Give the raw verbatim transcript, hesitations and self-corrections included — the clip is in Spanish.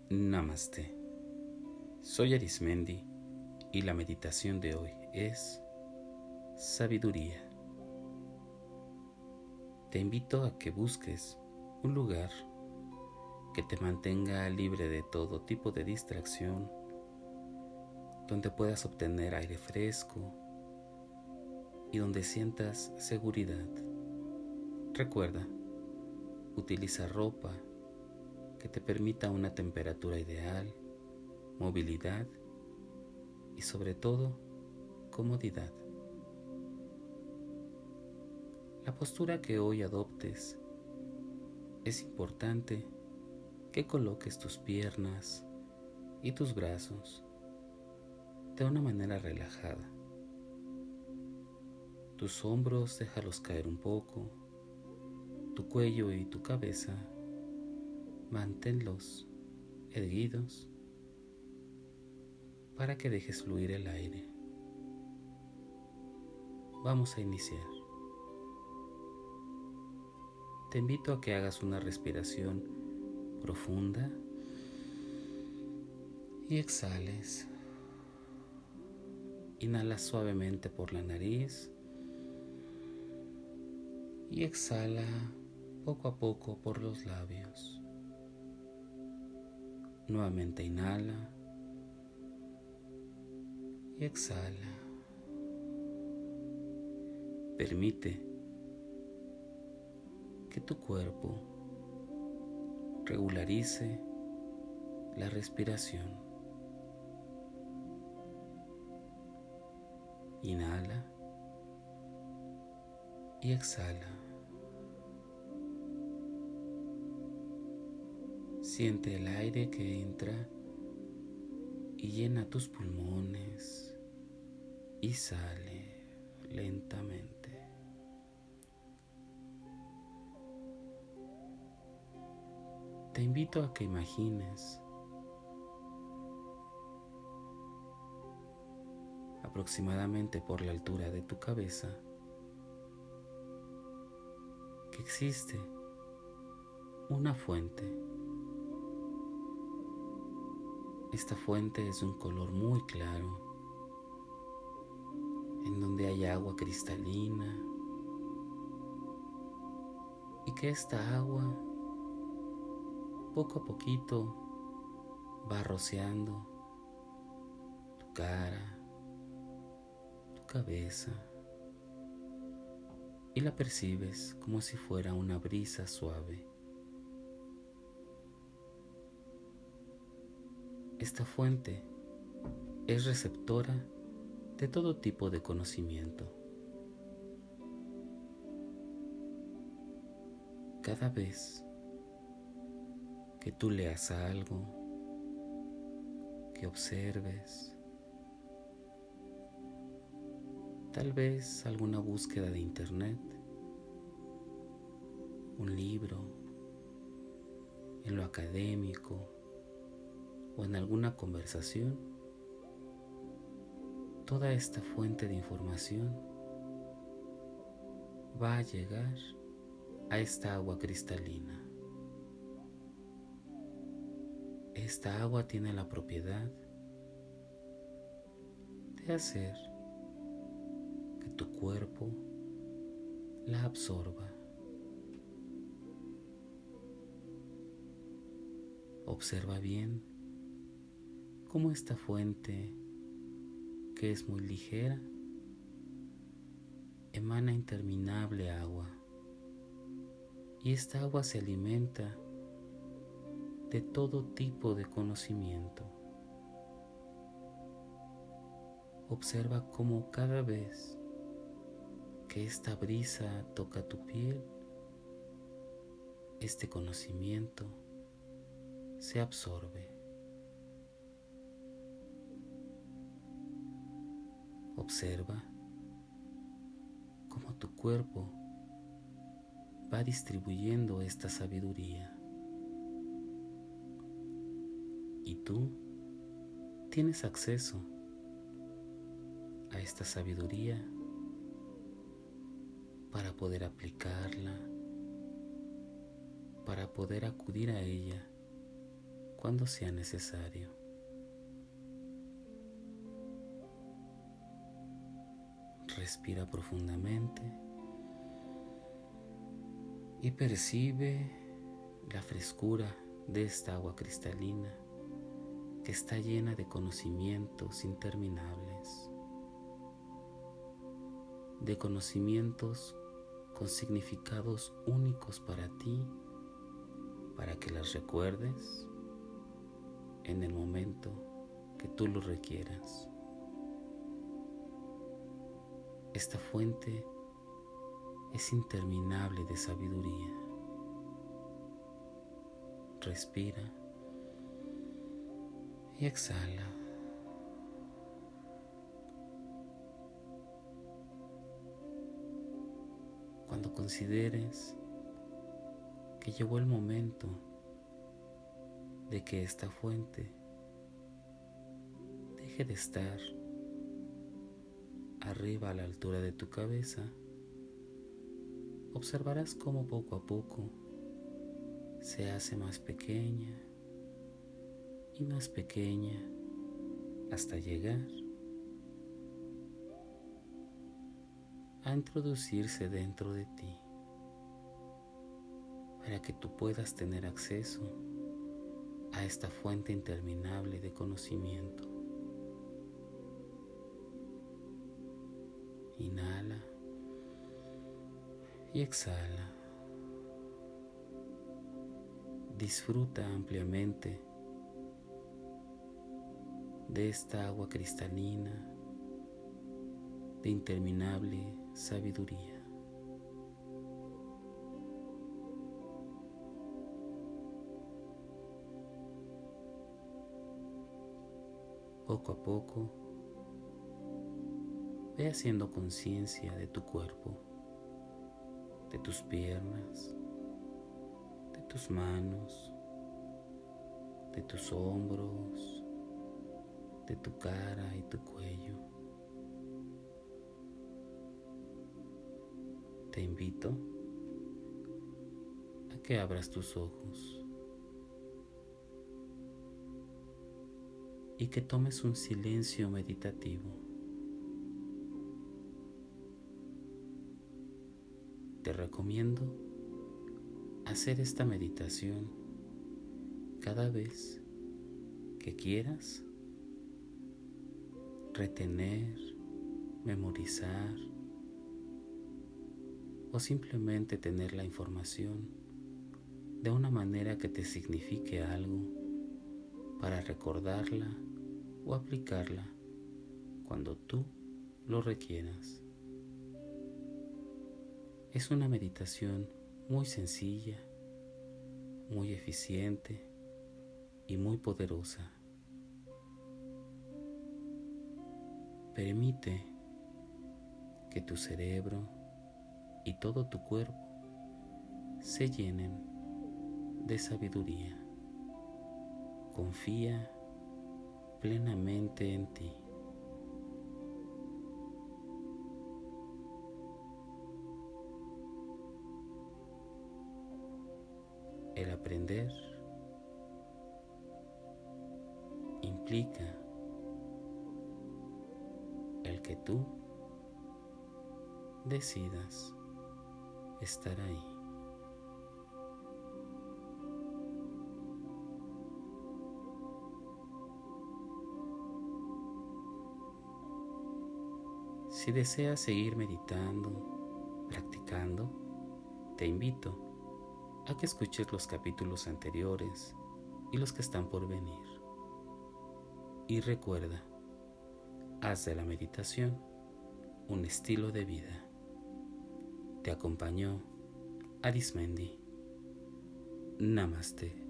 Namaste. Soy Arismendi y la meditación de hoy es sabiduría. Te invito a que busques un lugar que te mantenga libre de todo tipo de distracción, donde puedas obtener aire fresco y donde sientas seguridad. Recuerda, utiliza ropa que te permita una temperatura ideal, movilidad y sobre todo comodidad. La postura que hoy adoptes es importante que coloques tus piernas y tus brazos de una manera relajada. Tus hombros déjalos caer un poco, tu cuello y tu cabeza manténlos erguidos para que dejes fluir el aire. Vamos a iniciar. Te invito a que hagas una respiración profunda y exhales. Inhala suavemente por la nariz y exhala poco a poco por los labios. Nuevamente inhala y exhala. Permite que tu cuerpo regularice la respiración. Inhala y exhala. Siente el aire que entra y llena tus pulmones y sale lentamente. Te invito a que imagines aproximadamente por la altura de tu cabeza que existe una fuente. Esta fuente es de un color muy claro, en donde hay agua cristalina, y que esta agua poco a poquito va rociando tu cara, tu cabeza, y la percibes como si fuera una brisa suave. Esta fuente es receptora de todo tipo de conocimiento. Cada vez que tú leas algo, que observes, tal vez alguna búsqueda de internet, un libro, en lo académico o en alguna conversación, toda esta fuente de información va a llegar a esta agua cristalina. Esta agua tiene la propiedad de hacer que tu cuerpo la absorba. Observa bien cómo esta fuente, que es muy ligera, emana interminable agua, y esta agua se alimenta de todo tipo de conocimiento. Observa cómo cada vez que esta brisa toca tu piel, este conocimiento se absorbe. Observa cómo tu cuerpo va distribuyendo esta sabiduría. Y tú tienes acceso a esta sabiduría para poder aplicarla, para poder acudir a ella cuando sea necesario. Respira profundamente y percibe la frescura de esta agua cristalina que está llena de conocimientos interminables, de conocimientos con significados únicos para ti, para que las recuerdes en el momento que tú lo requieras. Esta fuente es interminable de sabiduría. Respira y exhala. Cuando consideres que llegó el momento de que esta fuente deje de estar arriba a la altura de tu cabeza, observarás cómo poco a poco se hace más pequeña y más pequeña hasta llegar a introducirse dentro de ti, para que tú puedas tener acceso a esta fuente interminable de conocimiento. Inhala y exhala. Disfruta ampliamente de esta agua cristalina de interminable sabiduría. Poco a poco, ve haciendo conciencia de tu cuerpo, de tus piernas, de tus manos, de tus hombros, de tu cara y tu cuello. Te invito a que abras tus ojos y que tomes un silencio meditativo. Te recomiendo hacer esta meditación cada vez que quieras retener, memorizar o simplemente tener la información de una manera que te signifique algo para recordarla o aplicarla cuando tú lo requieras. Es una meditación muy sencilla, muy eficiente y muy poderosa. Permite que tu cerebro y todo tu cuerpo se llenen de sabiduría. Confía plenamente en ti. El aprender implica el que tú decidas estar ahí. Si deseas seguir meditando, practicando, te invito a que escuches los capítulos anteriores y los que están por venir. Y recuerda, haz de la meditación un estilo de vida. Te acompañó Arismendi. Namaste.